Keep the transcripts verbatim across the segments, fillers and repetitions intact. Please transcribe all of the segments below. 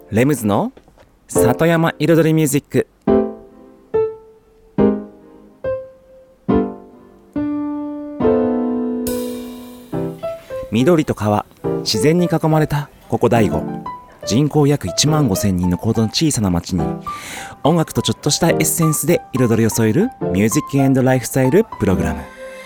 レムズの里山彩りミュージック。緑と川、自然に囲まれたここ大子。人口約いちまんごせんにんのこの小さな町に、音楽とちょっとしたエッセンスで彩りを添えるミュージック&ライフスタイルプログラム。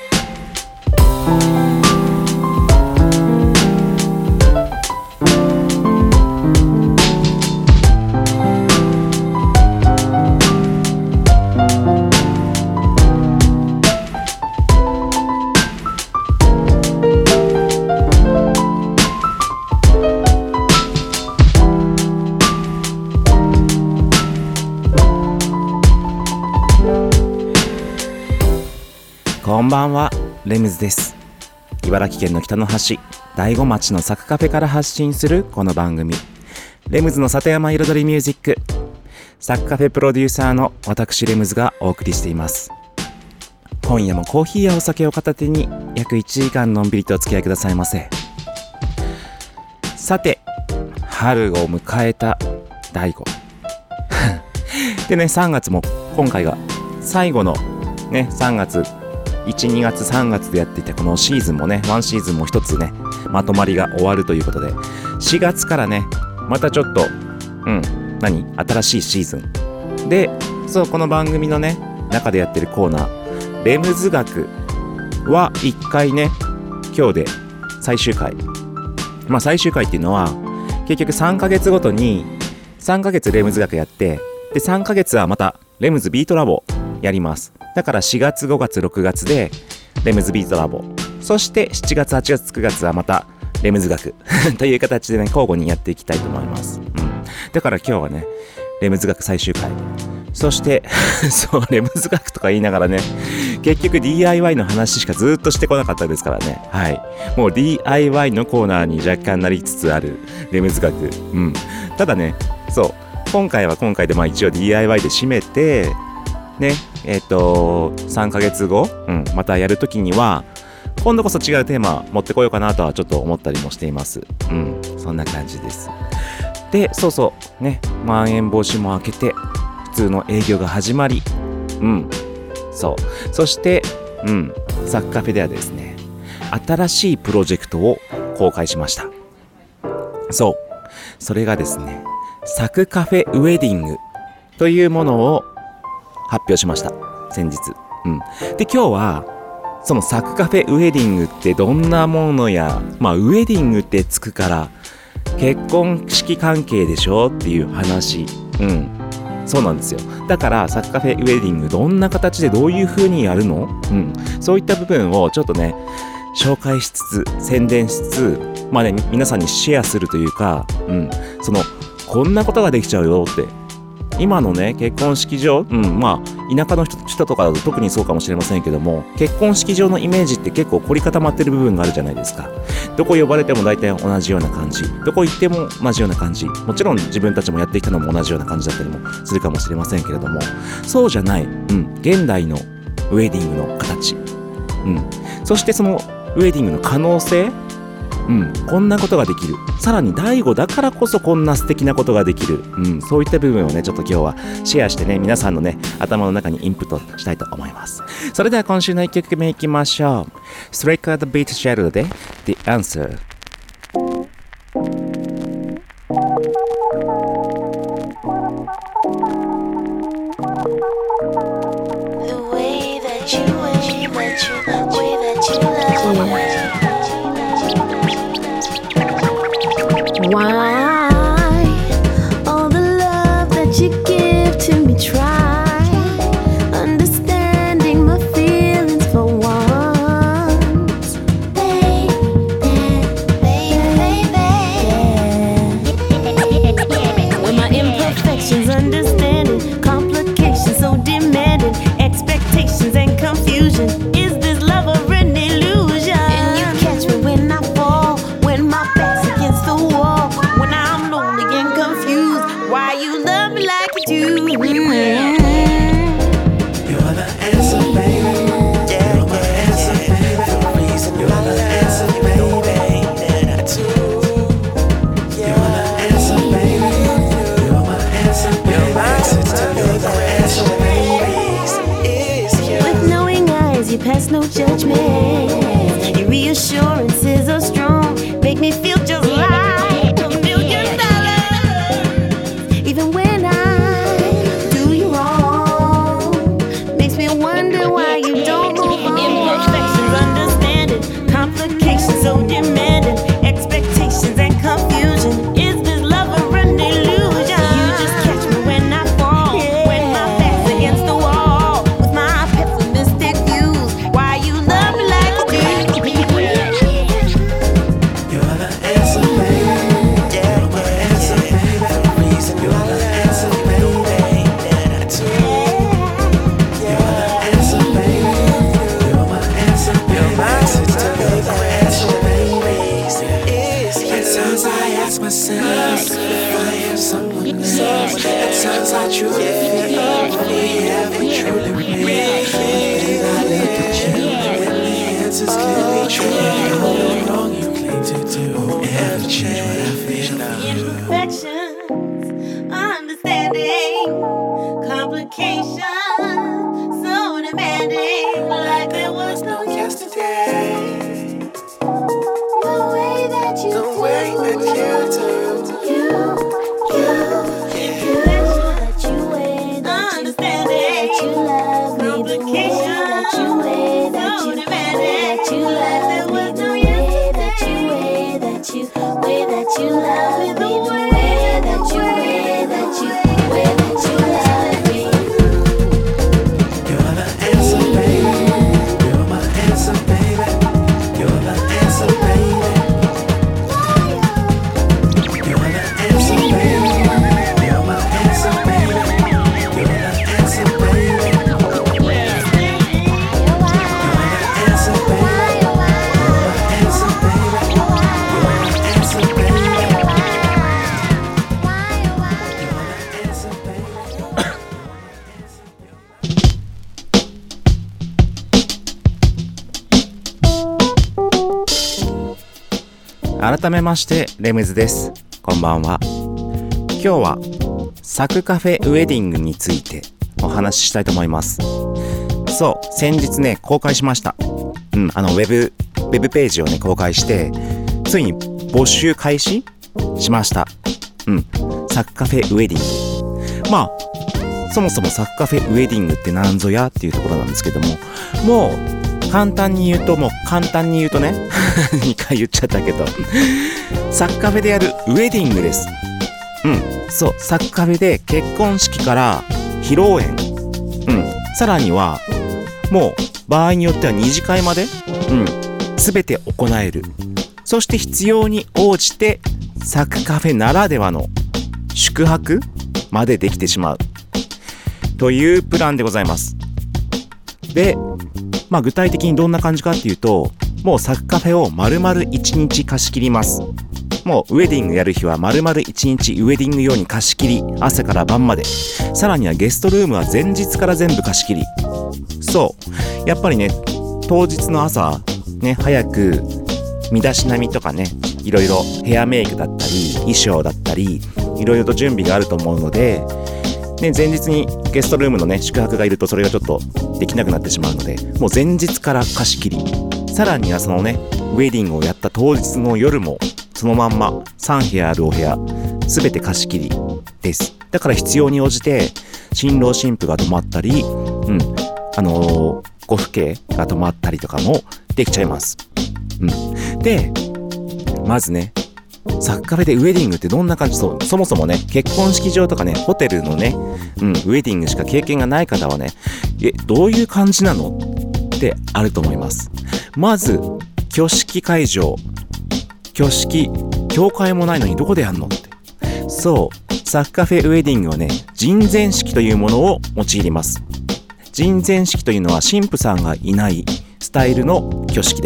こんばんは、レムズです。茨城県の北の端、大子町のサクカフェから発信するこの番組、レムズの里山彩りミュージック。サクカフェプロデューサーの私レムズがお送りしています。今夜もコーヒーやお酒を片手に約いちじかんのんびりとお付き合いくださいませ。さて、春を迎えた大子でね、さんがつも今回が最後のね、さんがついち、にがつ、さんがつでやっていたこのシーズンもね、ワンシーズンも一つね、まとまりが終わるということで、しがつからね、またちょっと、うん、何？新しいシーズン。で、そう、この番組のね、中でやってるコーナー、レムズ学はいっかいね、今日で最終回。まあ最終回っていうのは、結局さんかげつごとに、さんかげつレムズ学やって、で、さんかげつはまたレムズビートラボやります。だからしがつ、ごがつ、ろくがつでレムズビートラボ、そしてしちがつ、はちがつ、くがつはまたレムズ学という形でね、交互にやっていきたいと思います。うん、だから今日はね、レムズ学最終回、そしてそうレムズ学とか言いながらね、結局 ディーアイワイ の話しかずっとしてこなかったですからね。はい、もう ディーアイワイ のコーナーに若干なりつつあるレムズ学。うん、ただね、そう今回は今回でまあ一応 ディーアイワイ で締めてね、えっとさんかげつご、うん、またやるときには今度こそ違うテーマ持ってこようかなとはちょっと思ったりもしています。うん、そんな感じです。で、そうそうね、まん延防止も明けて普通の営業が始まり、うん、そうそしてうんサクカフェではですね、新しいプロジェクトを公開しました。そうそれがですね、サクカフェウェディングというものを発表しました、先日。うん、で今日はそのサクカフェウェディングってどんなものや、まあウェディングってつくから結婚式関係でしょっていう話。うん、そうなんですよ。だからサクカフェウェディングどんな形でどういう風にやるの？うん、そういった部分をちょっとね紹介しつつ宣伝しつつ、まあね皆さんにシェアするというか、うん、そのこんなことができちゃうよって。今のね結婚式場、うん、まあ田舎の 人, 人とかだと特にそうかもしれませんけども、結婚式場のイメージって結構凝り固まってる部分があるじゃないですか。どこ呼ばれても大体同じような感じ、どこ行っても同じような感じ、もちろん自分たちもやってきたのも同じような感じだったりもするかもしれませんけれども、そうじゃない、うん、現代のウェディングの形、うん、そしてそのウェディングの可能性、うん、こんなことができる、さらに大子だからこそこんな素敵なことができる、うん、そういった部分をねちょっと今日はシェアしてね、皆さんのね頭の中にインプットしたいと思います。それでは今週のいっきょくめいきましょう。ストレイカードビートシェルで The Answer。 Why all the love that you give to me? Try understanding my feelings for once, baby. times I ask myself if I am someone else. At times I truly feel only ever truly real. Then I look at you when the answer's clearly true. All the wrong you claim to do won't ever change what I feel. Imperfections, understanding, complications, so demanding, like there was no yesterday. The way that you The way that you do. you, you, you, that you weigh, understanding, that you love me, the way that you weigh, that you, that you love me, the way that you weigh, that you, way that you love me, the way that you weigh, that you, way that you love me. You're the answer, baby. You're my answer, baby. You're the answer, baby. You're the answer, baby. You're my answer, baby. You're the answer, baby. You're the answer, baby. You're my answer, baby. You're the answer, baby. You're the answer, baby. 改めましてレムズです。こんばんは。今日はサクカフェウェディングについてお話ししたいと思います。そう、先日ね公開しました。うん、あのウェブウェブページをね公開してついに募集開始しました。うん、サクカフェウェディング。まあそもそもサクカフェウェディングって何ぞやっていうところなんですけども、もう簡単に言うともう簡単に言うとねにかい言っちゃったけどサクカフェでやるウェディングです。うん、そう、サクカフェで結婚式から披露宴、うん、さらにはもう場合によっては二次会まで、うん、全て行える。そして必要に応じてサクカフェならではの宿泊までできてしまうというプランでございます。で、まあ具体的にどんな感じかっていうと、もうサクカフェを丸々いちにち貸し切ります。もうウェディングやる日は丸々いちにちウェディング用に貸し切り、朝から晩まで。さらにはゲストルームは前日から全部貸し切り。そう、やっぱりね当日の朝ね早く身だしなみとかね、いろいろヘアメイクだったり衣装だったりいろいろと準備があると思うので、ね、前日にゲストルームのね宿泊がいるとそれがちょっとできなくなってしまうので、もう前日から貸し切り、さらにはそのねウェディングをやった当日の夜もそのまんまさん部屋あるお部屋すべて貸し切りです。だから必要に応じて新郎新婦が泊まったり、うん、あのー、ご父兄が泊まったりとかもできちゃいます。うん、でまずねサクカフェでウェディングってどんな感じ？そう、そもそもね結婚式場とかねホテルのね、うん、ウェディングしか経験がない方はね、えどういう感じなのってあると思います。まず挙式会場、挙式教会もないのにどこでやんのって。そう、サクカフェウェディングはね人前式というものを用います。人前式というのは神父さんがいないスタイルの挙式です。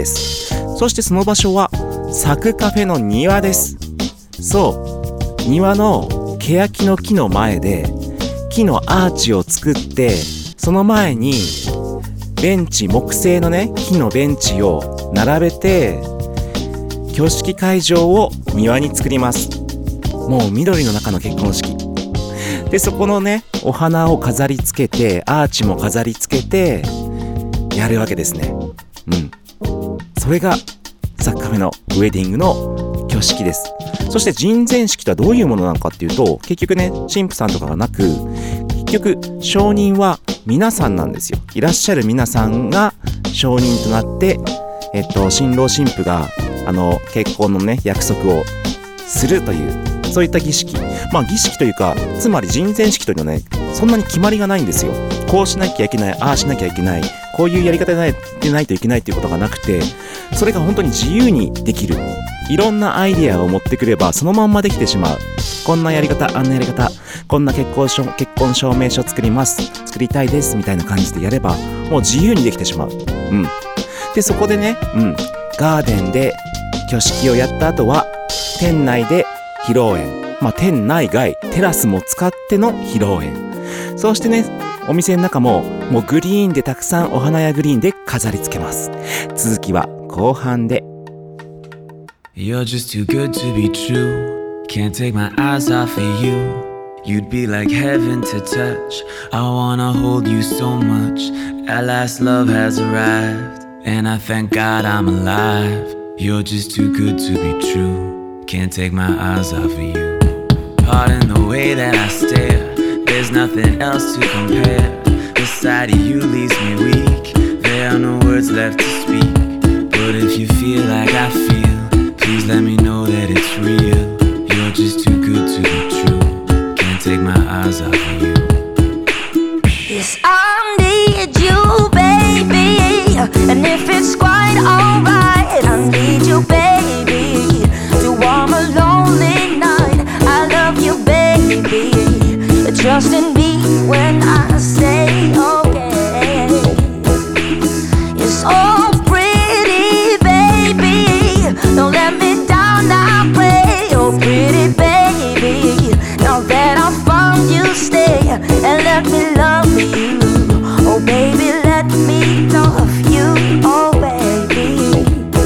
そしてその場所はサクカフェの庭です。そう、庭のケヤキの木の前で木のアーチを作って、その前にベンチ、木製のね木のベンチを並べて挙式会場を庭に作ります。もう緑の中の結婚式で、そこのねお花を飾り付けてアーチも飾り付けてやるわけですね。うん、それがサクカフェのウェディングの挙式です。そして人前式とはどういうものなのかっていうと、結局ね神父さんとかがなく、結局証人は皆さんなんですよ。いらっしゃる皆さんが証人となって、えっと新郎新婦があの結婚のね約束をするという、そういった儀式。まあ儀式というか、つまり人前式というのはねそんなに決まりがないんですよ。こうしなきゃいけない、ああしなきゃいけない、こういうやり方でないといけないということがなくて、それが本当に自由にできる。いろんなアイディアを持ってくればそのまんまできてしまう。こんなやり方、あんなやり方、こんな結婚証、結婚証明書作ります、作りたいですみたいな感じでやればもう自由にできてしまう。うん。でそこでね、うん、ガーデンで挙式をやった後は店内で披露宴、まあ店内外テラスも使っての披露宴、そしてねお店の中ももうグリーンでたくさんお花やグリーンで飾り付けます。続きは後半で。 You're just too good to be true. Can't take my eyes off of you. You'd be like heaven to touch. I wanna hold you so much. At last love has arrived, and I thank God I'm alive. You're just too good to be true. Can't take my eyes off of you. Pardon the way that I stare. There's nothing else to compare. The sight of you leaves me weak. There are no words left to speak. But if you feel like I feel, please let me know that it's real. You're just too good to be true. Can't take my eyes off of you. Yes, I need you, baby. And if it's quite alright, I need you, baby, to warm a lonely night. I love you, baby. Trust in me when I say okay. You're so pretty, baby. Don't let me down, I pray. Oh, pretty baby. Now that I found you, stay and let me love you. Oh, baby, let me love you. Oh, baby.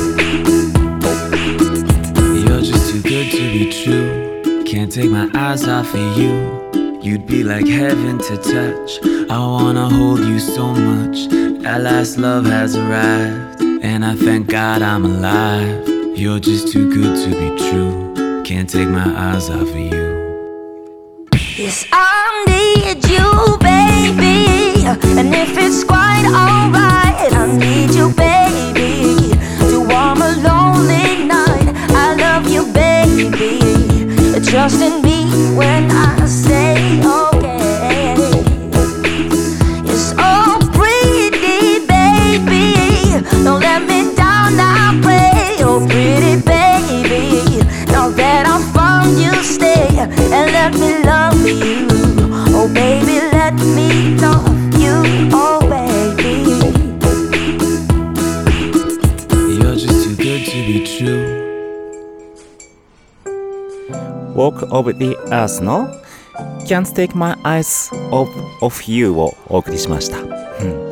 You're just too good to be true. Can't take my eyes off of you. You'd be like heaven to touch. I wanna hold you so much. At last love has arrived, and I thank God I'm alive. You're just too good to be true. Can't take my eyes off of you. Yes, I need you, baby. And if it's quite alright, I need you, baby, to warm a lonely night. I love you, baby. Trust in me when I say okay. You're so pretty, baby. Don't let me down, I pray. Oh, pretty baby. Now that I found you, stay and let me love you. Oh, baby, let me love you. Oh, baby. You're just too good to be true. Walk of the Earth の Can't Take My Eyes Off of You をお送りしました、うん、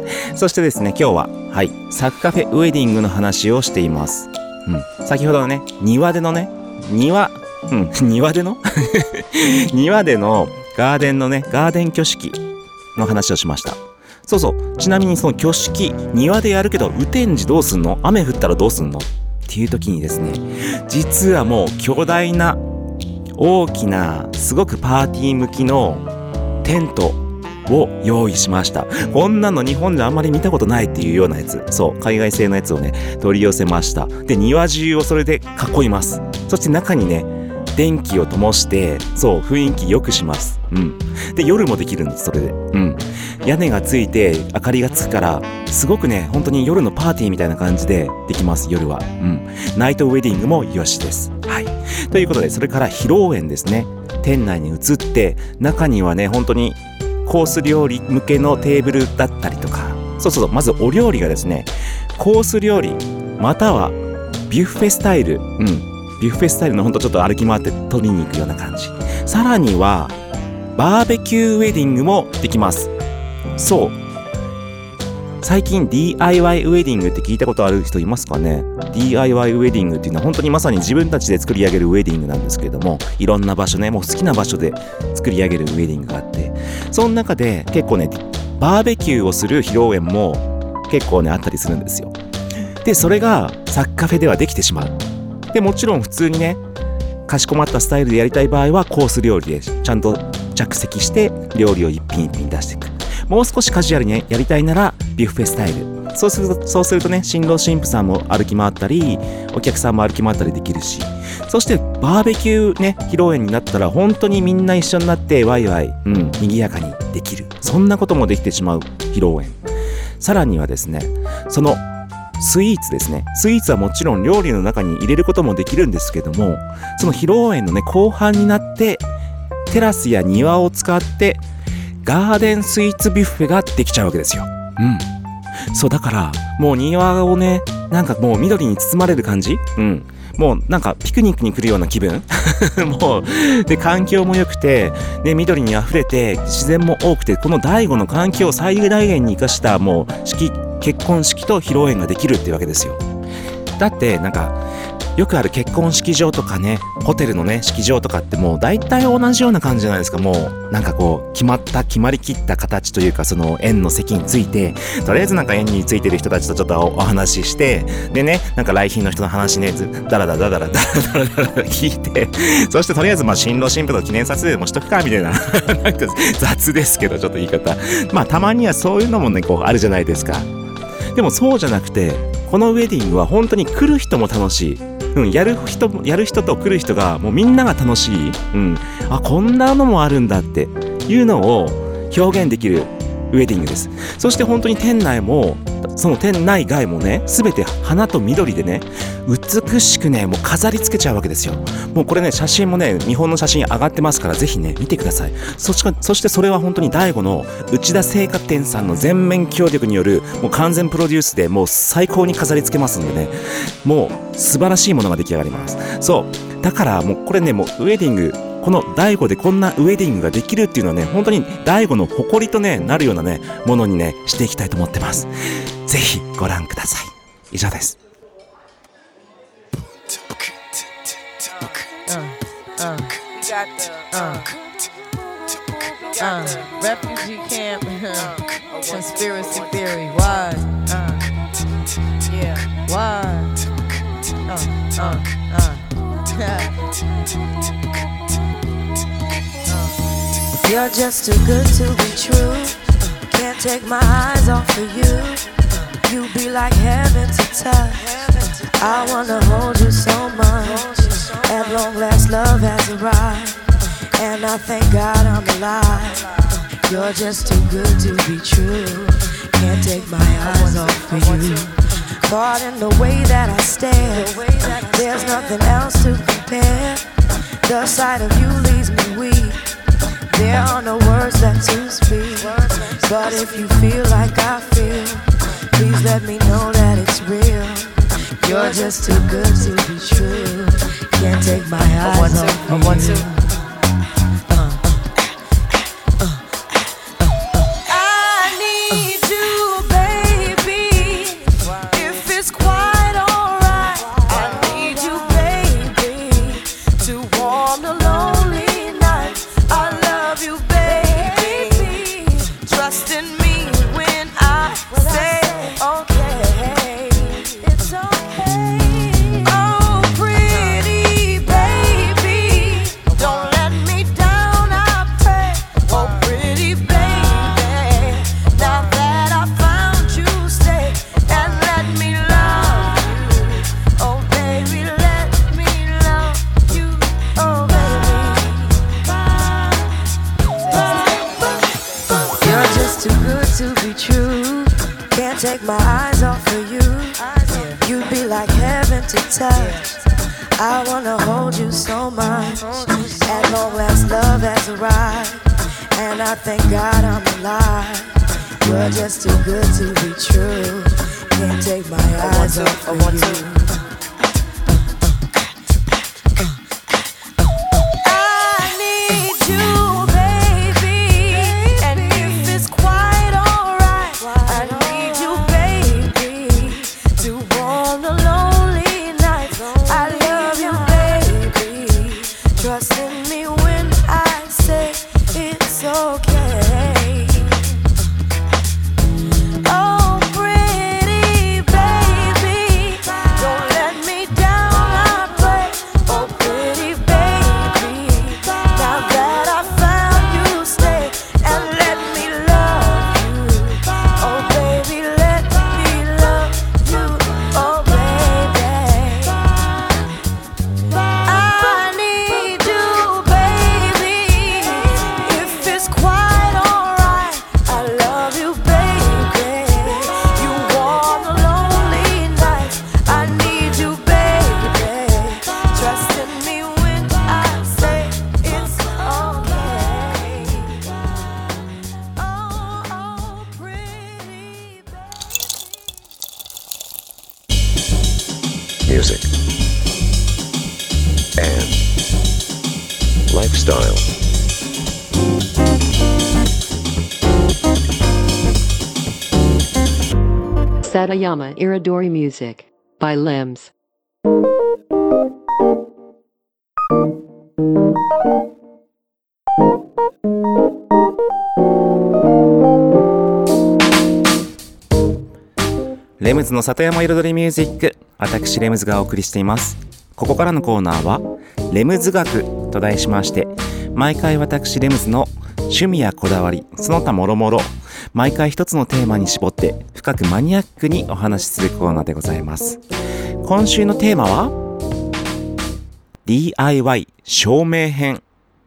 そしてですね今日は、はい、サクカフェウェディングの話をしています、うん、先ほどのね庭でのね庭、うん、庭での庭でのガーデンのねガーデン挙式の話をしました。そうそう、ちなみにその挙式庭でやるけど雨天時どうすんの、雨降ったらどうすんのっていう時にですね、実はもう巨大な大きなすごくパーティー向きのテントを用意しました。こんなの日本であんまり見たことないっていうようなやつ、そう海外製のやつをね取り寄せました。で庭中をそれで囲います。そして中にね電気を灯してそう雰囲気良くします。うんで夜もできるんです。それでうん屋根がついて明かりがつくからすごくね本当に夜のパーティーみたいな感じでできます。夜はうんナイトウェディングもよしです。はいということで、それから披露宴ですね。店内に移って中にはね本当にコース料理向けのテーブルだったりとか、そうそうそう、まずお料理がですねコース料理またはビュッフェスタイル、うんビュッフェスタイルのほんとちょっと歩き回って取りに行くような感じ。さらにはバーベキューウェディングもできます。そう最近 ディーアイワイ ウェディングって聞いたことある人いますかね。 ディーアイワイ ウェディングっていうのは本当にまさに自分たちで作り上げるウェディングなんですけれども、いろんな場所ねもう好きな場所で作り上げるウェディングがあって、その中で結構ねバーベキューをする披露宴も結構ねあったりするんですよ。でそれがサッカフェではできてしまう。でもちろん普通にねかしこまったスタイルでやりたい場合はコース料理でちゃんと着席して料理を一品一品出していく。もう少しカジュアルにやりたいならビュッフェスタイル。そうするとそうするとね新郎新婦さんも歩き回ったりお客さんも歩き回ったりできるし、そしてバーベキューね披露宴になったら本当にみんな一緒になってワイワイ、うん、賑やかにできる。そんなこともできてしまう披露宴。さらにはですねそのスイーツですね。スイーツはもちろん料理の中に入れることもできるんですけども、その披露宴のね後半になってテラスや庭を使ってガーデンスイーツビュッフェができちゃうわけですよ。うんそうだからもう庭をねなんかもう緑に包まれる感じ、うんもうなんかピクニックに来るような気分もうで環境も良くて、ね、緑にあふれて自然も多くて、この大悟の環境を最大限に生かしたもう式結婚式と披露宴ができるっていうわけですよ。だってなんかよくある結婚式場とかね、ホテルのね式場とかってもう大体同じような感じじゃないですか。もうなんかこう決まった決まりきった形というか、その宴の席についてとりあえずなんか宴についてる人たちとちょっと お, お話しして、でねなんか来賓の人の話ねダラダラダラダラダラダラダラ聞いて、そしてとりあえずまあ新郎新婦の記念撮影でもしとくかみたいななんか雑ですけどちょっと言い方、まあたまにはそういうのもねこうあるじゃないですか。でもそうじゃなくて、このウェディングは本当に来る人も楽しい、うん、やる人やる人と来る人がもうみんなが楽しい、うん、あこんなのもあるんだっていうのを表現できるウェディングです。そして本当に店内もその店内外もね全て花と緑でね美しくねもう飾り付けちゃうわけですよ。もうこれね写真もね日本の写真上がってますからぜひね見てください。そしかそしてそれは本当に大悟の内田製菓店さんの全面協力によるもう完全プロデュースでもう最高に飾り付けますんでね、もう素晴らしいものが出来上がります。そうだからもうこれねもうウェディング、この大悟でこんなウェディングができるっていうのはね本当に大悟の誇りとねなるようなねものにねしていきたいと思ってます。ぜひご覧ください。以上です。 Uh, uh, uh, uh, refugee camp, uh, conspiracy theory, why, uh, yeah, why, uh, uh, uh, You're just too good to be true. Can't take my eyes off of you. You be like heaven to touch. I wanna hold you so much. At long last love has arrived, and I thank God I'm alive. You're just too good to be true. Can't take my eyes off of you. Caught in the way that I stare, there's nothing else to compare. The sight of you leaves me weak. There are no words left to speak. But if you feel like I feel, please let me know that it's real. You're just too good to be true. Can't take my eyes off of you. I need you, baby. If it's quite alright, I need you, baby, to warm the lonely night. I love you, baby. Trust in me when I say okay. It's okay. Oh, pretty baby, don't let me down, I pray. Oh, pretty baby, now that I found you, stay and let me love you. Oh, baby, let me love you. Oh, baby, you're just too good to be true. Can't take my eyes off of you. You'd be like heaven to touch. I wanna hold you so much. At long last love has arrived, and I thank God I'm alive. You're just too good to be true. Can't take my eyes off of you. I need you, baby, and if it's quite alright, I need you, baby, to warm the lonely night. I love you, baby. Trust in me when I say it's okay. Oh, pretty baby, don't let me down, I pray. Oh, pretty baby, now that I found you, stay and let me love you. Oh, baby, let me love you. Oh, baby, I need you, lifestyle. Satayama Iridori Music by Limbs. レムズの里山彩りミュージック、私レムズがお送りしています。ここからのコーナーはレムズ学と題しまして、毎回私レムズの趣味やこだわり、その他もろもろ毎回一つのテーマに絞って深くマニアックにお話しするコーナーでございます。今週のテーマは ディーアイワイ 照明編。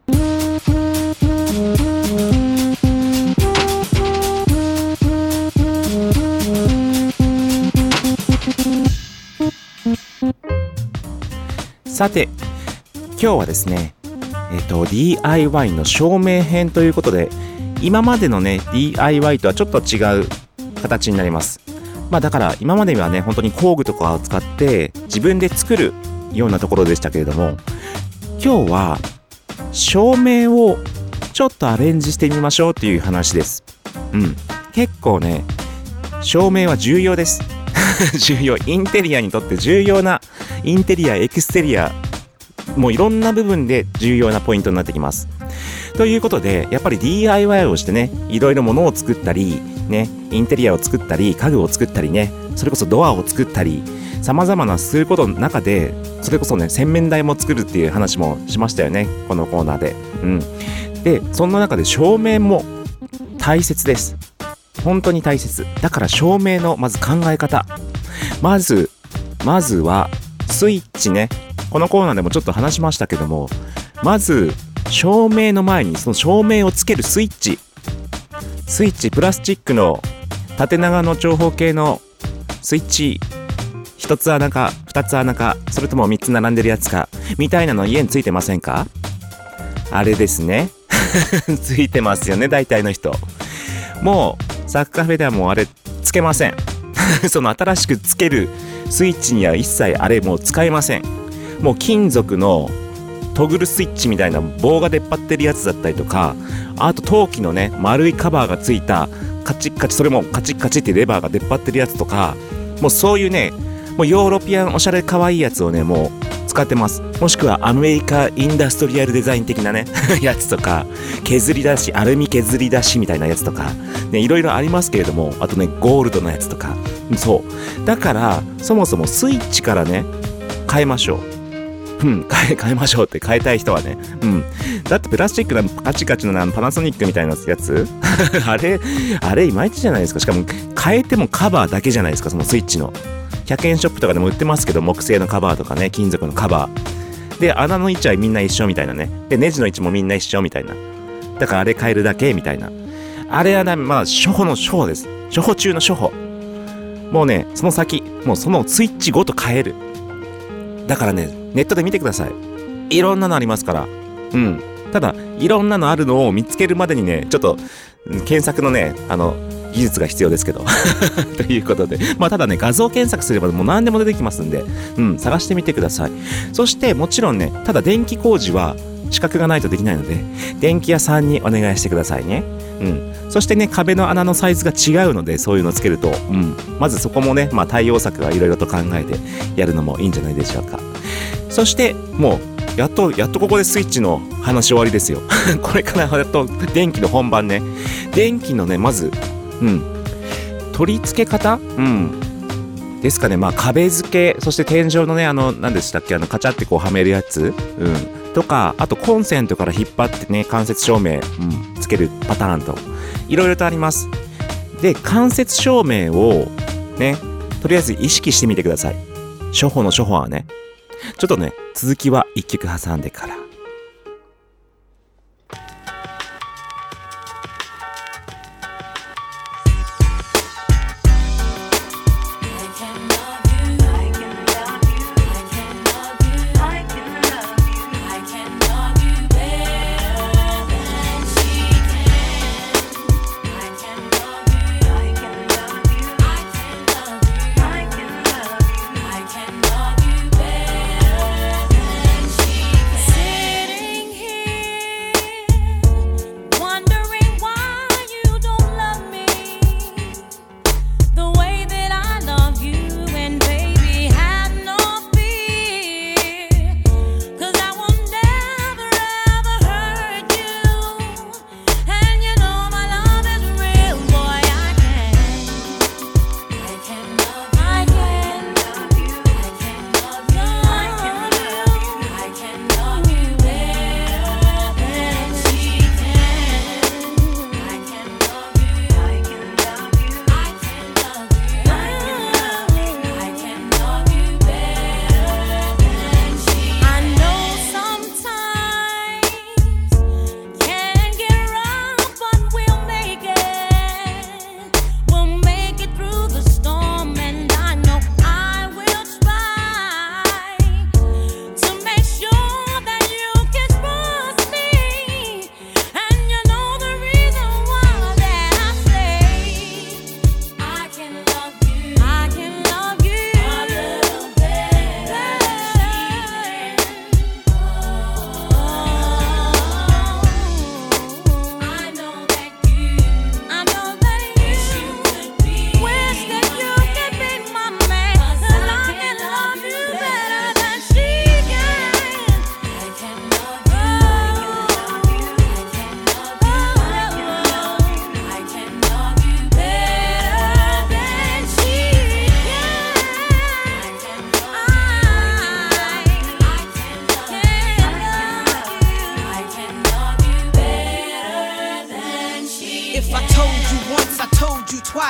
さて、今日はですね、えっと ディーアイワイ の照明編ということで、今までのね ディーアイワイ とはちょっと違う形になります。まあだから今まではね、本当に工具とかを使って自分で作るようなところでしたけれども、今日は照明をちょっとアレンジしてみましょうっていう話です。うん、結構ね、照明は重要です。重要、インテリアにとって重要な、インテリア、エクステリア、もういろんな部分で重要なポイントになってきます。ということで、やっぱり ディーアイワイ をしてね、いろいろ物を作ったりね、インテリアを作ったり、家具を作ったりね、それこそドアを作ったり、様々なすることの中で、それこそね、洗面台も作るっていう話もしましたよね、このコーナーで。うん。で、そんな中で照明も大切です。本当に大切。だから照明のまず考え方。まず、まずはスイッチね。このコーナーでもちょっと話しましたけども、まず照明の前にその照明をつけるスイッチ。スイッチ、プラスチックの縦長の長方形のスイッチ、一つ穴か二つ穴か、それとも三つ並んでるやつかみたいなの家についてませんか？あれですね。ついてますよね、大体の人。もうサッカーカフェではもうあれつけません。その新しくつけるスイッチには一切あれもう使えません。もう金属のトグルスイッチみたいな棒が出っ張ってるやつだったりとか、あと陶器のね丸いカバーがついたカチッカチ、それもカチッカチってレバーが出っ張ってるやつとか、もうそういうね、もうヨーロピアンおしゃれ可愛いやつをねもう使ってます。もしくはアメリカインダストリアルデザイン的なねやつとか、削り出し、アルミ削り出しみたいなやつとかね、いろいろありますけれども、あとねゴールドのやつとか、そうだからそもそもスイッチからね変えましょう。うん、変え、変えましょうって変えたい人はね。うん。だってプラスチックなカチカチのパナソニックみたいなやつあれ、あれいまいちじゃないですか。しかも変えてもカバーだけじゃないですか、そのスイッチの。ひゃくえんショップとかでも売ってますけど、木製のカバーとかね、金属のカバー。で、穴の位置はみんな一緒みたいなね。で、ネジの位置もみんな一緒みたいな。だからあれ変えるだけみたいな。あれはね、まあ、初歩の初歩です。初歩中の初歩。もうね、その先、もうそのスイッチごと変える。だからね、ネットで見てください。いろんなのありますから。うん。ただ、いろんなのあるのを見つけるまでにね、ちょっと、検索のね、あの、技術が必要ですけど。ということで。まあ、ただね、画像検索すればもう何でも出てきますんで、うん、探してみてください。そして、もちろんね、ただ電気工事は資格がないとできないので、電気屋さんにお願いしてくださいね。うん。そしてね、壁の穴のサイズが違うので、そういうのをつけると、うん。まずそこもね、まあ、対応策はいろいろと考えてやるのもいいんじゃないでしょうか。そしてもうやっとやっとここでスイッチの話終わりですよ。これからやっと電気の本番ね。電気のねまずうん取り付け方うんですかね。まあ壁付け、そして天井のねあの何でしたっけ、あのカチャってこうはめるやつうんとか、あとコンセントから引っ張ってね間接照明、うん、つけるパターンといろいろとあります。で間接照明をねとりあえず意識してみてください。初歩の初歩はね。ちょっとね、続きは一曲挟んでから。 Say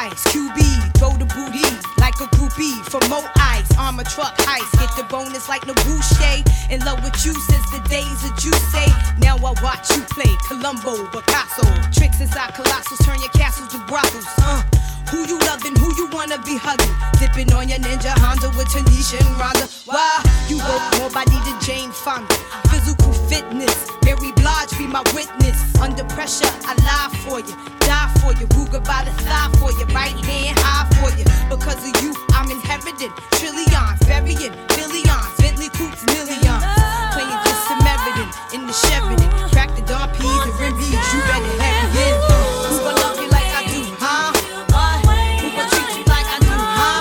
ice, Q B, throw the booty like a groupie for more ice. Armor truck heist, get the bonus like no Boucher. In love with you since the days that you say. Now I watch you play Columbo, Picasso. Tricks inside colossals, turn your castles to brothels. Uh, who you loving, who you wanna be hugging? Dipping on your ninja Honda with Tanisha and Rhonda. Why? You work more body than Jane Fonda. Physical fitness, Mary Blige be my witness. Under pressure, I lie for you, die for you. Ruger by the thigh for you, right hand high for you. Because of you, I'm inheriting trillions, burying billions, Bentley coupes millions. Playing just Samaritan in the Sheridan. Crack the Don P's and rim B's, you better have it in. Who gon' love you like I do, huh? Who gon' treat you like I do, huh?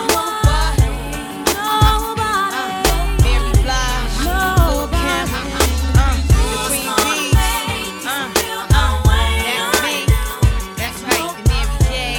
Mary Blige, Lil' Kim, uh, the Queen Bee, uh, uh, that's me, that's right, the Mary J,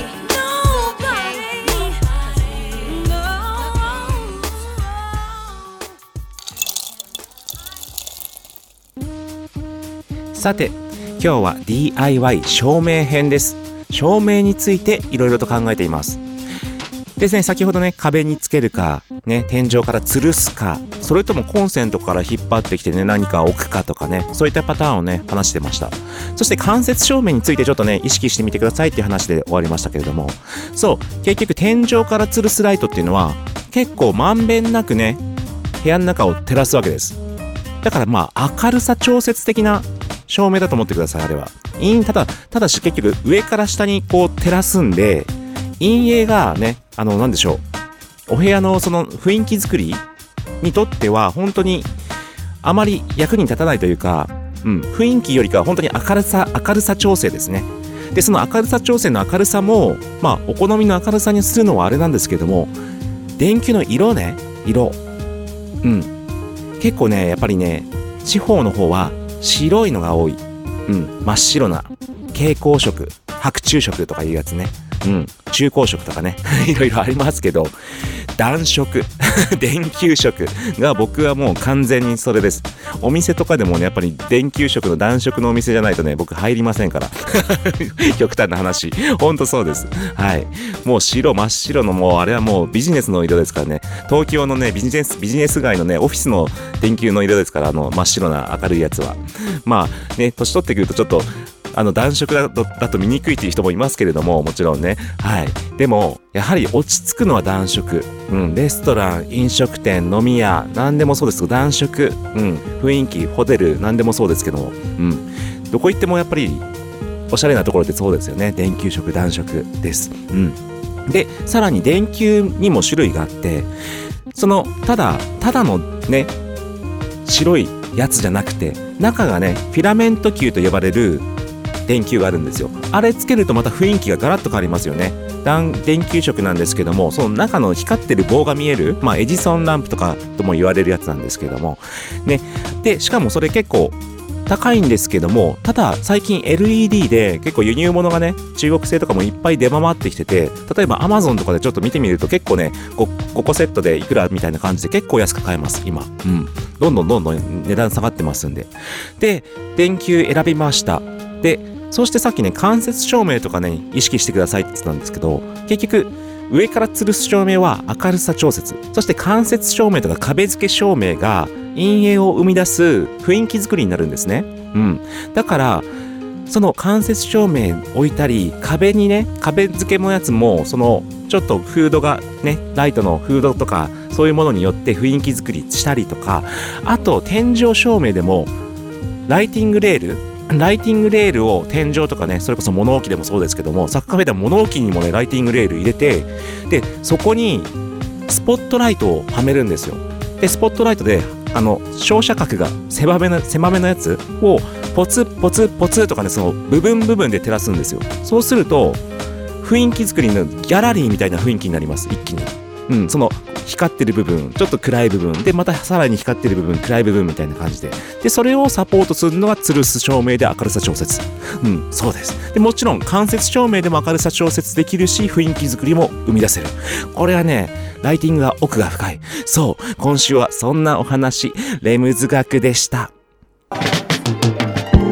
さて今日は ディーアイワイ 照明編です。照明についていろいろと考えています。ですね、先ほどね、壁につけるか、ね、天井から吊るすか、それともコンセントから引っ張ってきてね、何か置くかとかね、そういったパターンをね、話してました。そして間接照明についてちょっとね、意識してみてくださいっていう話で終わりましたけれども、そう、結局天井から吊るすライトっていうのは、結構まんべんなくね、部屋の中を照らすわけです。だからまあ、明るさ調節的な照明だと思ってください、あれは。陰、ただ、ただし結局上から下にこう照らすんで、陰影がね、あの、なんでしょう。お部屋のその雰囲気作りにとっては本当にあまり役に立たないというか、うん、雰囲気よりかは本当に明るさ、明るさ調整ですね。で、その明るさ調整の明るさも、まあ、お好みの明るさにするのはあれなんですけども、電球の色ね、色。うん。結構ね、やっぱりね、地方の方は白いのが多い。うん、真っ白な蛍光色、白昼色とかいうやつね。うん、中光色とかね、いろいろありますけど、暖色、電球色が僕はもう完全にそれです。お店とかでもね、やっぱり電球色の暖色のお店じゃないとね、僕入りませんから。極端な話。ほんとそうです。はい。もう白、真っ白のもう、あれはもうビジネスの色ですからね。東京のね、ビジネス、ビジネス街のね、オフィスの電球の色ですから、あの、真っ白な明るいやつは。まあ、ね、年取ってくるとちょっと、あの暖色だと、だと見にくいっていう人もいますけれども、もちろんね。はい。でも、やはり落ち着くのは暖色。うん。レストラン、飲食店、飲み屋、何でもそうですけど、暖色。うん。雰囲気、ホテル、何でもそうですけども。うん。どこ行ってもやっぱり、おしゃれなところってそうですよね。電球色、暖色です。うん。で、さらに電球にも種類があって、その、ただ、ただのね、白いやつじゃなくて、中がね、フィラメント球と呼ばれる、電球があるんですよ。あれつけるとまた雰囲気がガラッと変わりますよね。電球色なんですけども、その中の光ってる棒が見える、まあエジソンランプとかとも言われるやつなんですけども、ね。で、しかもそれ結構高いんですけども、ただ最近 エルイーディー で結構輸入物がね、中国製とかもいっぱい出回ってきてて、例えば Amazon とかでちょっと見てみると結構ね、ごこセットでいくらみたいな感じで結構安く買えます、今。うん。どんどんどんどん値段下がってますんで。で、電球選びました。で、そしてさっきね、間接照明とかね、意識してくださいって言ってたんですけど、結局、上から吊るす照明は明るさ調節。そして間接照明とか壁付け照明が陰影を生み出す雰囲気作りになるんですね。うん。だから、その間接照明置いたり、壁にね、壁付けのやつも、その、ちょっとフードがね、ライトのフードとか、そういうものによって雰囲気作りしたりとか、あと、天井照明でも、ライティングレール、ライティングレールを天井とかね、それこそ物置でもそうですけども、サッカーカフェでは物置にもね、ライティングレール入れて、で、そこにスポットライトをはめるんですよ。で、スポットライトで、あの、照射角が狭めの、狭めのやつを、ポツポツポツとかね、その部分部分で照らすんですよ。そうすると、雰囲気作りのギャラリーみたいな雰囲気になります、一気に。うん、その、光ってる部分、ちょっと暗い部分、で、またさらに光ってる部分、暗い部分みたいな感じで。で、それをサポートするのが吊るす照明で明るさ調節。うん、そうです。で、もちろん間接照明でも明るさ調節できるし、雰囲気作りも生み出せる。これはね、ライティングが奥が深い。そう、今週はそんなお話、レムズ学でした。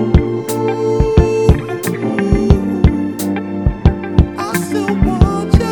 I still want you.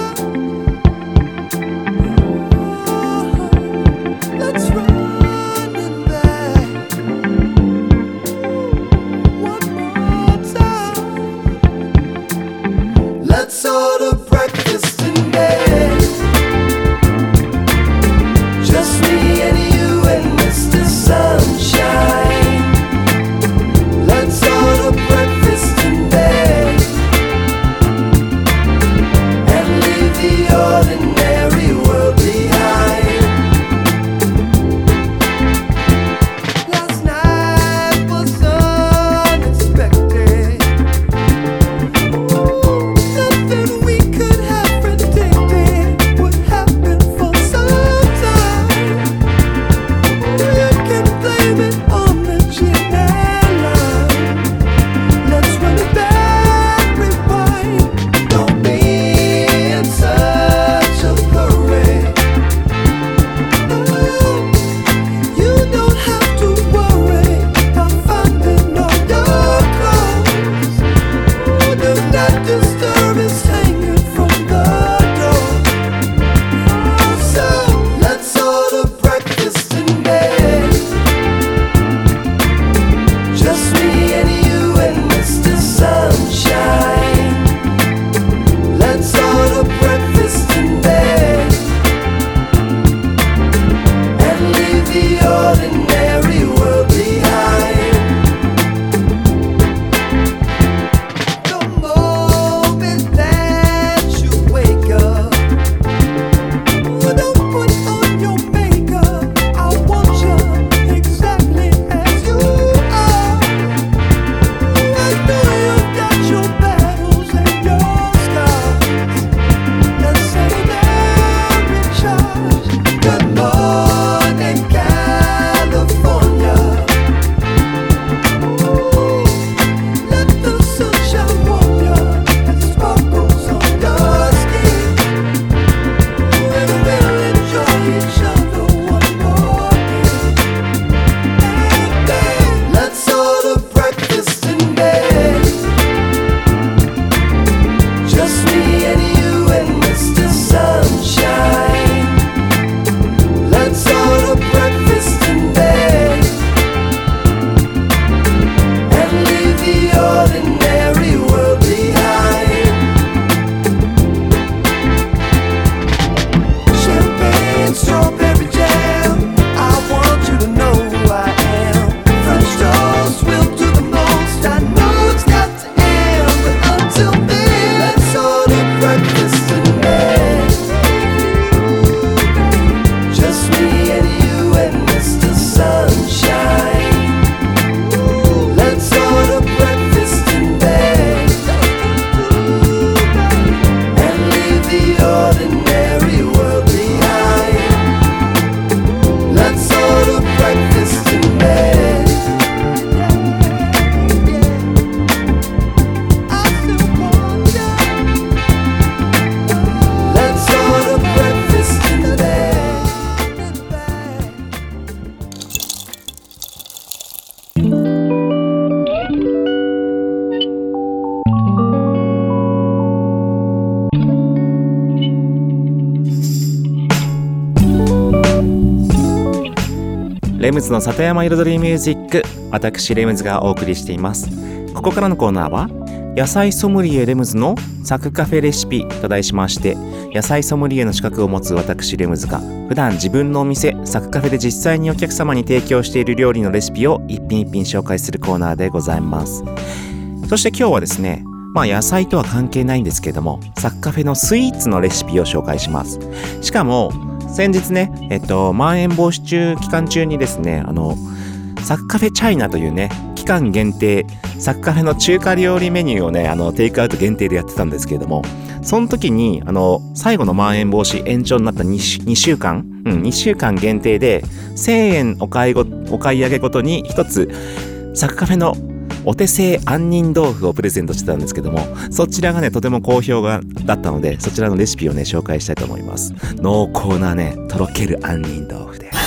ムズの里山彩りミュージック、私レムズがお送りしています。ここからのコーナーは野菜ソムリエレムズのサクカフェレシピと題しまして、野菜ソムリエの資格を持つ私レムズが普段自分のお店サクカフェで実際にお客様に提供している料理のレシピを一品一品紹介するコーナーでございます。そして今日はですね、まあ野菜とは関係ないんですけれども、サクカフェのスイーツのレシピを紹介します。しかも先日ね、えっとまん延防止中期間中にですね、あのサクカフェチャイナというね、期間限定サクカフェの中華料理メニューをね、あのテイクアウト限定でやってたんですけれども、その時にあの最後のまん延防止延長になった 2, 2週間、うん、にしゅうかん限定でせんえんお買いごお買い上げごとに一つサクカフェのお手製杏仁豆腐をプレゼントしてたんですけども、そちらがねとても好評がだったので、そちらのレシピをね紹介したいと思います。濃厚なねとろける杏仁豆腐です。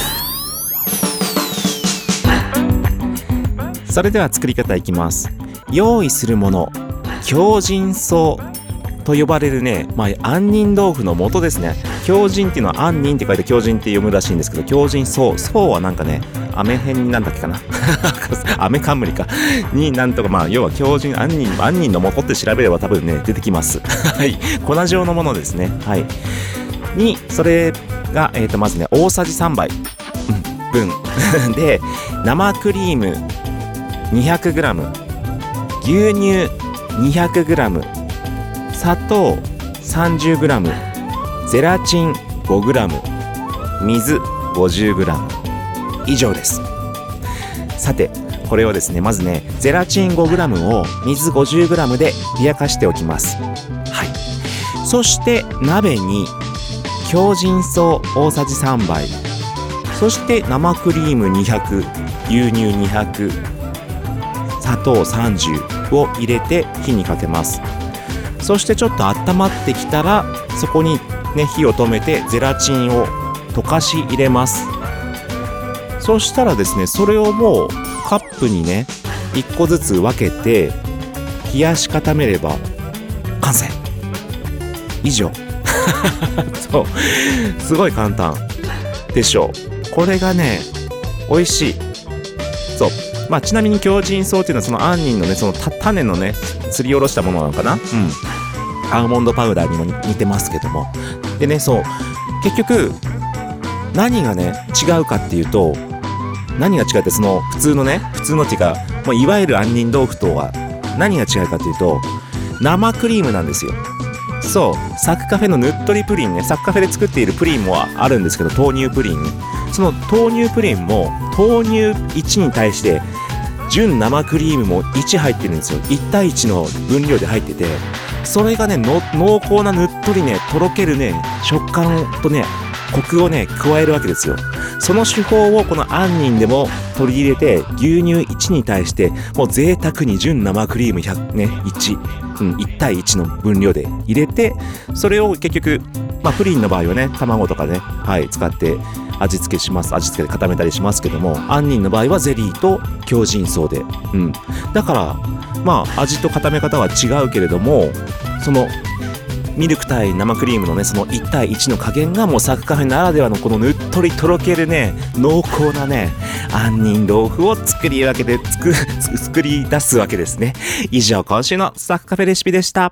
それでは作り方いきます。用意するもの、強腎草と呼ばれるね、まあ、杏仁豆腐の素ですね。強腎っていうのは杏仁って書いて強腎って読むらしいんですけど、強腎草、草はなんかね、飴編になんだっけかな飴冠かになんとか、まあ要は強腎杏仁杏仁の素って調べれば多分ね出てきますはい粉状のものですね。はいにそれが、えー、とまずね大さじさんばい分で生クリーム にひゃくグラム、 牛乳 にひゃくグラム、 砂糖 さんじゅうグラム、 ゼラチン ごグラム、 水 ごじゅうグラム 以上です。さてこれをですね、まずねゼラチン ごグラム を水 ごじゅうグラム でふやかしておきます。はい。そして鍋に強腎草大さじさんばい、そして生クリームにひゃく、牛乳にひゃく、砂糖さんじゅうを入れて火にかけます。そしてちょっと温まってきたら、そこにね火を止めてゼラチンを溶かし入れます。そしたらですね、それをもうカップにねいっこずつ分けて冷やし固めれば完成。以上そうすごい簡単でしょう。これがね美味しい。そう、まあちなみに強腎草っていうのはその杏仁のねその種のねすりおろしたものなのかな。うんアーモンドパウダーにも似てますけども、でね、そう結局何がね違うかっていうと、何が違うって、その普通のね普通のっていうか、まあ、いわゆる杏仁豆腐とは何が違うかっていうと、生クリームなんですよ。そうサクカフェのぬっとりプリンね、サクカフェで作っているプリンもあるんですけど、豆乳プリン、その豆乳プリンも豆乳いちに対して純生クリームもいち入ってるんですよ。いち対いちの分量で入ってて、それがねの濃厚なぬっとりねとろけるね食感とねコクをね加えるわけですよ。その手法をこの杏仁でも取り入れて、牛乳いちに対してもう贅沢に純生クリームひゃく、ね、いち、うん、いち対いちの分量で入れて、それを結局、まあ、プリンの場合はね卵とかね、はい、使って味付けします。味付けで固めたりしますけども、杏仁の場合はゼリーと強腎草で、うん、だからまあ味と固め方は違うけれども、そのミルク対生クリームのねそのいち対いちの加減がもうサクカフェならではのこのぬっとりとろけるね濃厚なね杏仁豆腐を作り分けてつく作り出すわけですね。以上今週のサクカフェレシピでした。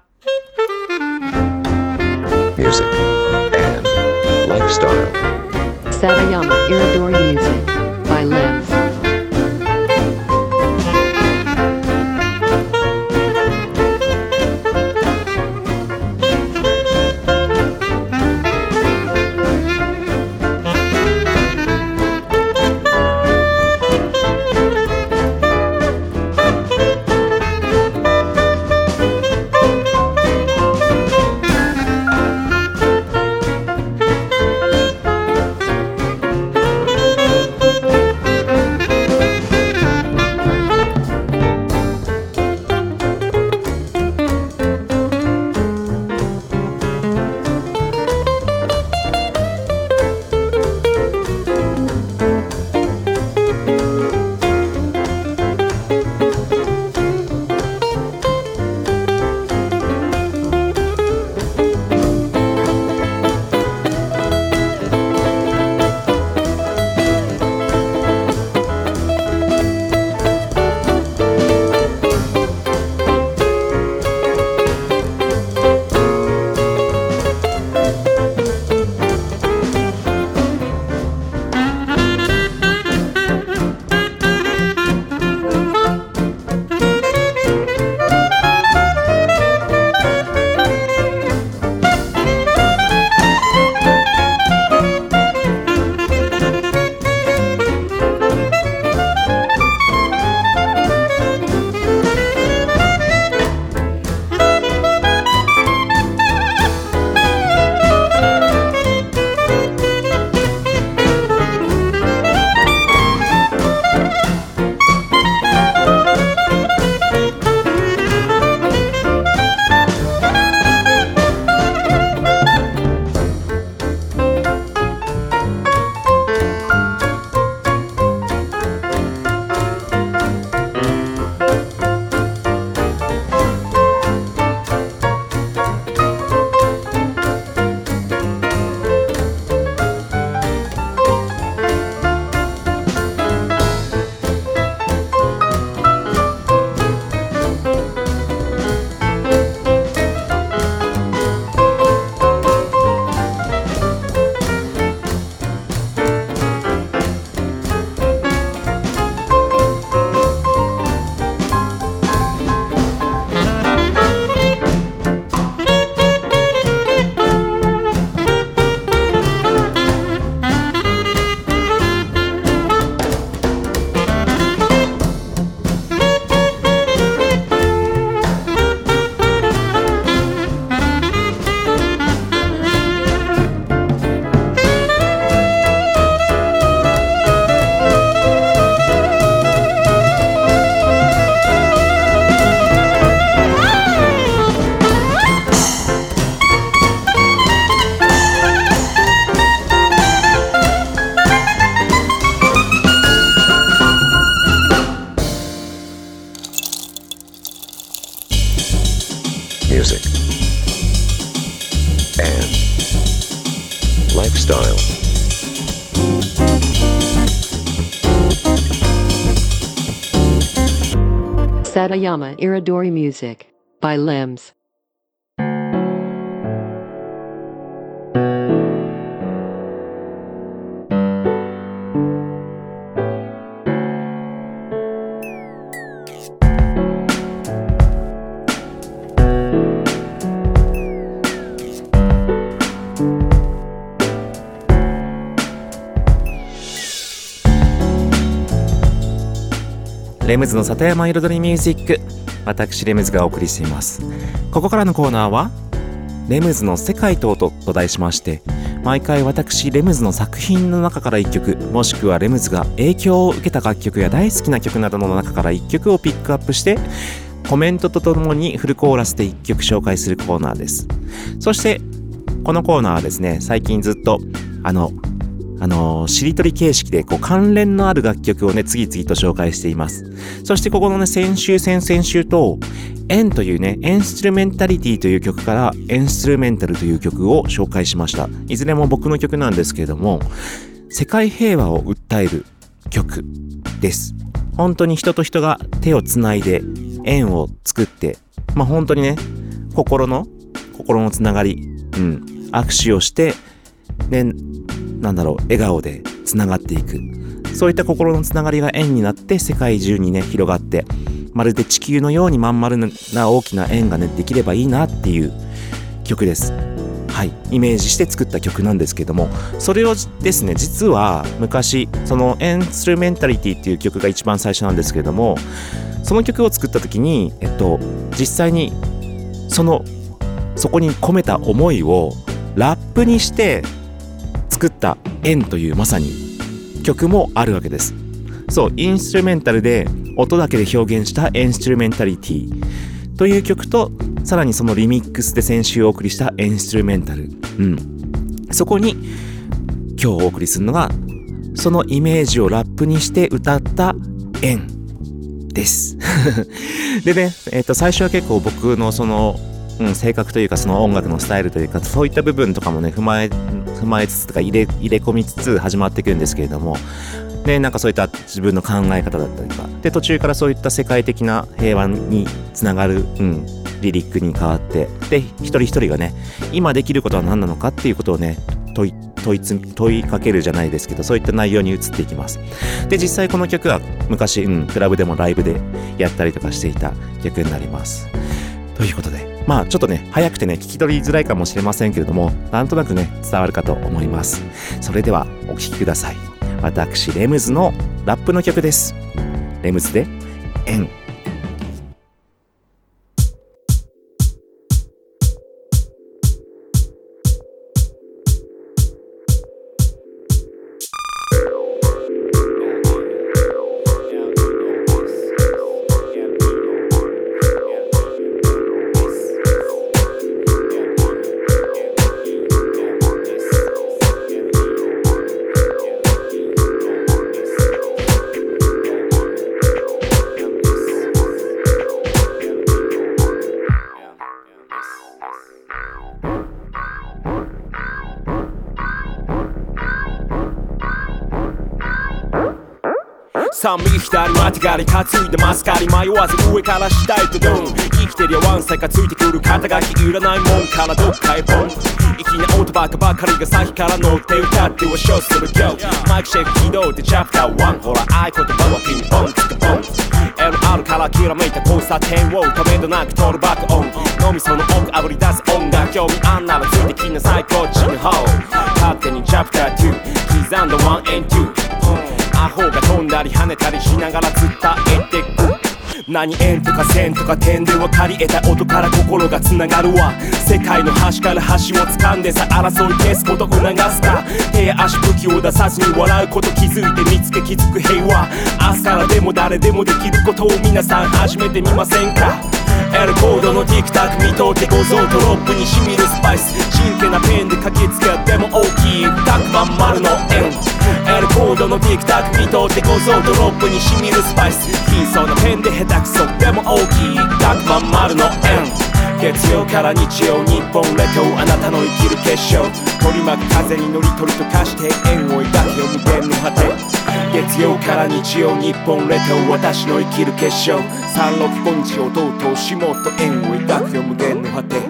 Music and lifestyle. Satayama Iridori Music by Lems. music, and lifestyle. Satayama Iridori Music by Limbs. レムズの里山彩りミュージック、私レムズがお送りしています。ここからのコーナーはレムズの世界と音と題しまして、毎回私レムズの作品の中からいっきょく、もしくはレムズが影響を受けた楽曲や大好きな曲などの中からいっきょくをピックアップして、コメントとともにフルコーラスでいっきょく紹介するコーナーです。そしてこのコーナーはですね、最近ずっとあのあのー、しりとり形式でこう関連のある楽曲をね次々と紹介しています。そしてここのね先週先々週とエンというねエンストゥルメンタリティという曲からエンストゥルメンタルという曲を紹介しました。いずれも僕の曲なんですけれども、世界平和を訴える曲です。本当に人と人が手をつないで縁を作って、まあ本当にね心の心のつながり、うん、握手をしてね、なんだろう、笑顔でつながっていく、そういった心のつながりが縁になって世界中にね広がって、まるで地球のようにまん丸な大きな円がねできればいいなっていう曲です。はい、イメージして作った曲なんですけども、それをですね、実は昔そのエンストゥルメンタリティっていう曲が一番最初なんですけども、その曲を作った時にえっと実際にそのそこに込めた思いをラップにして作った円というまさに曲もあるわけです。そう、インストゥルメンタルで音だけで表現したエンストゥルメンタリティという曲と、さらにそのリミックスで先週お送りしたエンストゥルメンタル、うん、そこに今日お送りするのがそのイメージをラップにして歌った円ですでね、えーと、最初は結構僕のそのうん、性格というかその音楽のスタイルというかそういった部分とかもね踏まえ踏まえつつとか入れ入れ込みつつ始まっていくんですけれども、でなんかそういった自分の考え方だったりとかで、途中からそういった世界的な平和につながる、うん、リリックに変わって、で一人一人がね今できることは何なのかっていうことをね問い問いつ問いかけるじゃないですけど、そういった内容に移っていきます。で実際この曲は昔、うん、クラブでもライブでやったりとかしていた曲になります。ということで、まあちょっとね早くてね聞き取りづらいかもしれませんけれども、なんとなくね伝わるかと思います。それではお聴きください。私レムズのラップの曲です。レムズで円。 さん右左またがり担いでますかり迷わず上から下へとドン、生きてりゃワンサイがついてくる肩書きいらないもんからどっかへポン、粋な音ばっかばかりが先から乗って歌ってはショーする今日マイクシェイク起動でチャプターワン、ほら合言葉はピンポンつくポン エルアール からきらめいた交差点をためどなく取るバックオン、脳みその奥あぶり出す音楽興味あんならついてきなさいこっちの方、勝手にチャプターツー刻んだワンエンツー、アホが飛んだり跳ねたりしながら伝えてく、何円とか線とか点で分かり得た音から心がつながるわ、世界の端から端を掴んでさ争い消すこと促すか、手や足武器を出さずに笑うこと気づいて見つけ気づく平和、明日からでも誰でもできることを皆さん始めてみませんか。L コードのティックタック見とってごぞドロップに染みるスパイス、真剣なペンで書きつけても大きいたくまん丸の円、 L コードのティックタック見とってごぞドロップに染みるスパイス、貧相なペンで下手くそでも大きいたくまん丸の円、 月曜から日曜日本列島あなたの生きる結晶取り巻く風に乗り鳥と化して円を描くよ無限の果て月曜から日曜日本列島私の生きる結晶三六五日をとうとうしもっと円を描くよ無限の果て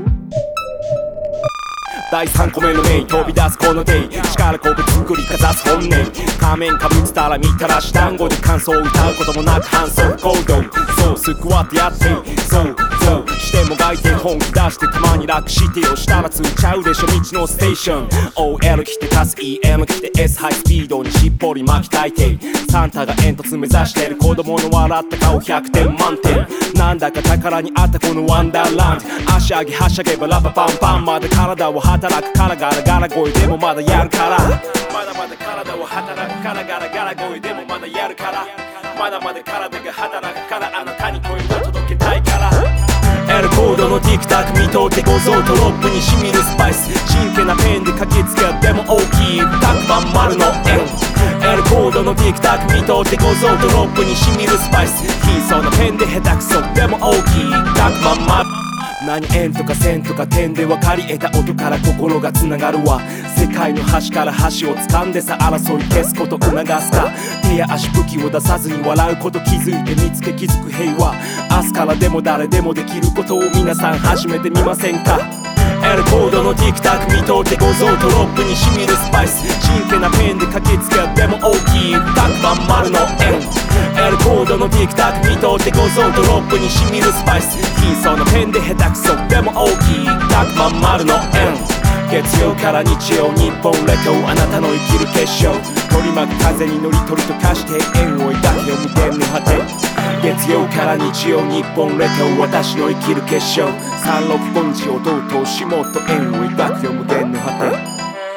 第三個目のメイ飛び出すこのデイ力こぶ作りかざす本音仮面かぶってたら見たらし単語で感想を歌うこともなく反則行動そうスクワットやってそうそうしてもがいて本気出してたまに楽してよしたらついちゃうでしょ道のステーション オーエル 来て足す イーエム 来て S ハイスピードにしっぽり巻きたいてサンタが煙突目指してる子供の笑った顔ひゃくてん満点なんだか宝にあったこのワンダーランド足上げはしゃげばラバパンパンまで体を働くからガラガラ声でもまだやるからまだまだ体を働くからガラガラ声でもまだやるからまだまだ体が働くからあなたに声を届けたいからL コードのティクタック見とってごぞトロップにしみるスパイス真剣なペンで書きつけても大きいひゃくまん丸の円 L コードのティクタック見とってごぞトロップにしみるスパイス貧相なペンで下手くそでも大きいひゃくまん丸何円とか線とか点で分かり得た音から心がつながるわ世界の端から端を掴んでさ争い消すこと促すか手や足武器を出さずに笑うこと気づいて見つけ気づく平和明日からでも誰でもできることを皆さん始めてみませんかL コードのティクタック見とってごぞトロップにしみるスパイス真剣なペンで書きつけても大きいひゃくまん丸の円 L コードのティクタック見とってごぞトロップにしみるスパイス貧相なペンで下手くそでも大きいひゃくまん丸の円月曜から日曜日本列島あなたの生きる結晶取り巻く風に乗り鳥と化して円を描くよ無限の果て月曜から日曜日本列島私の生きる結晶三六五日をとうとうしもっと円を描くよ無限の果て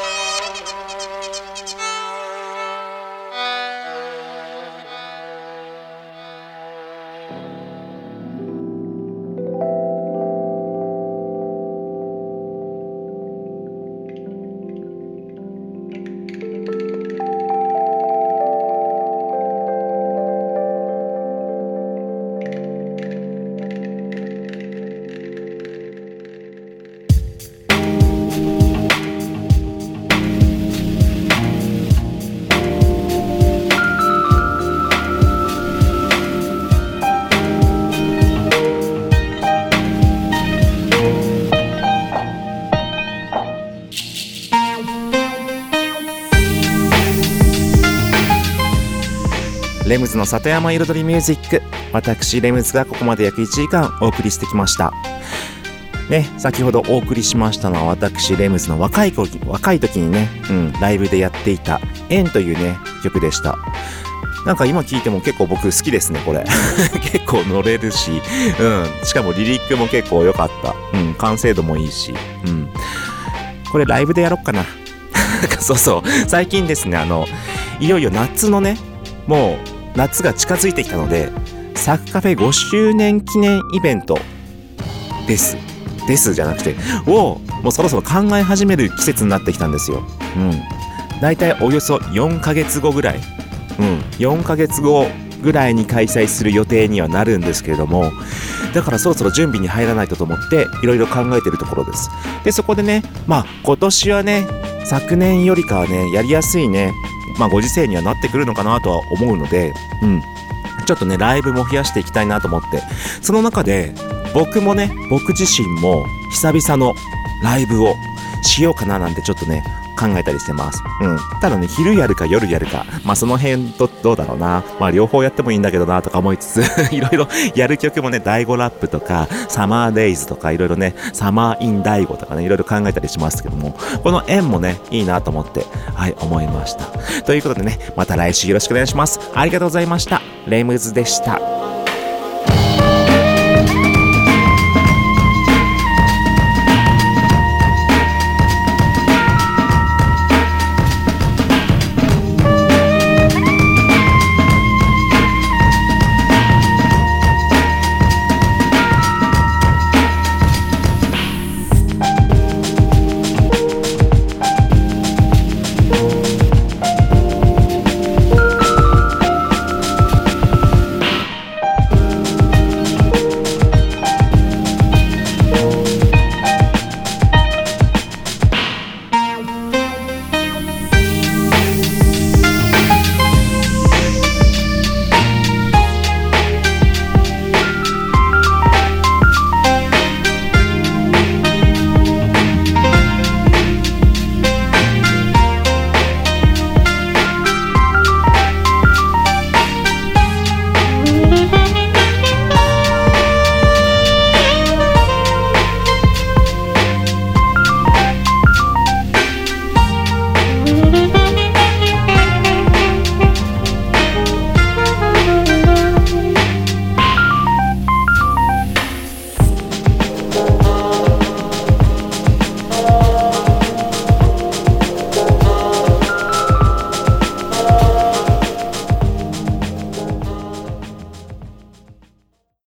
レムズの里山彩りミュージック私レムズがここまで約いちじかんお送りしてきましたね。先ほどお送りしましたのは私レムズの若い時若い時にね、うん、ライブでやっていた縁というね曲でした。なんか今聴いても結構僕好きですねこれ結構乗れるし、うん、しかもリリックも結構良かった、うん、完成度もいいし、うん、これライブでやろっかなそうそう最近ですねあのいよいよ夏のねもう夏が近づいてきたのでサクカフェごしゅうねん記念イベントですですじゃなくてをもうそろそろ考え始める季節になってきたんですよ。うん。だいたいおよそよんかげつごぐらい、うん、よんかげつごぐらいに開催する予定にはなるんですけれども、だからそろそろ準備に入らないとと思っていろいろ考えているところです。でそこでね、まあ今年はね昨年よりかはねやりやすいね。まあご時世にはなってくるのかなとは思うので、うん、ちょっとねライブも増やしていきたいなと思って、その中で僕もね僕自身も久々のライブをしようかななんてちょっとね考えたりしてます。うん。ただね昼やるか夜やるか、まあその辺どどうだろうな。まあ両方やってもいいんだけどなとか思いつついろいろやる曲もね第五ラップとかサマーデイズとかいろいろねサマーイン第五とかねいろいろ考えたりしますけども、この縁もねいいなと思ってはい思いました。ということでねまた来週よろしくお願いします。ありがとうございました。レムズでした。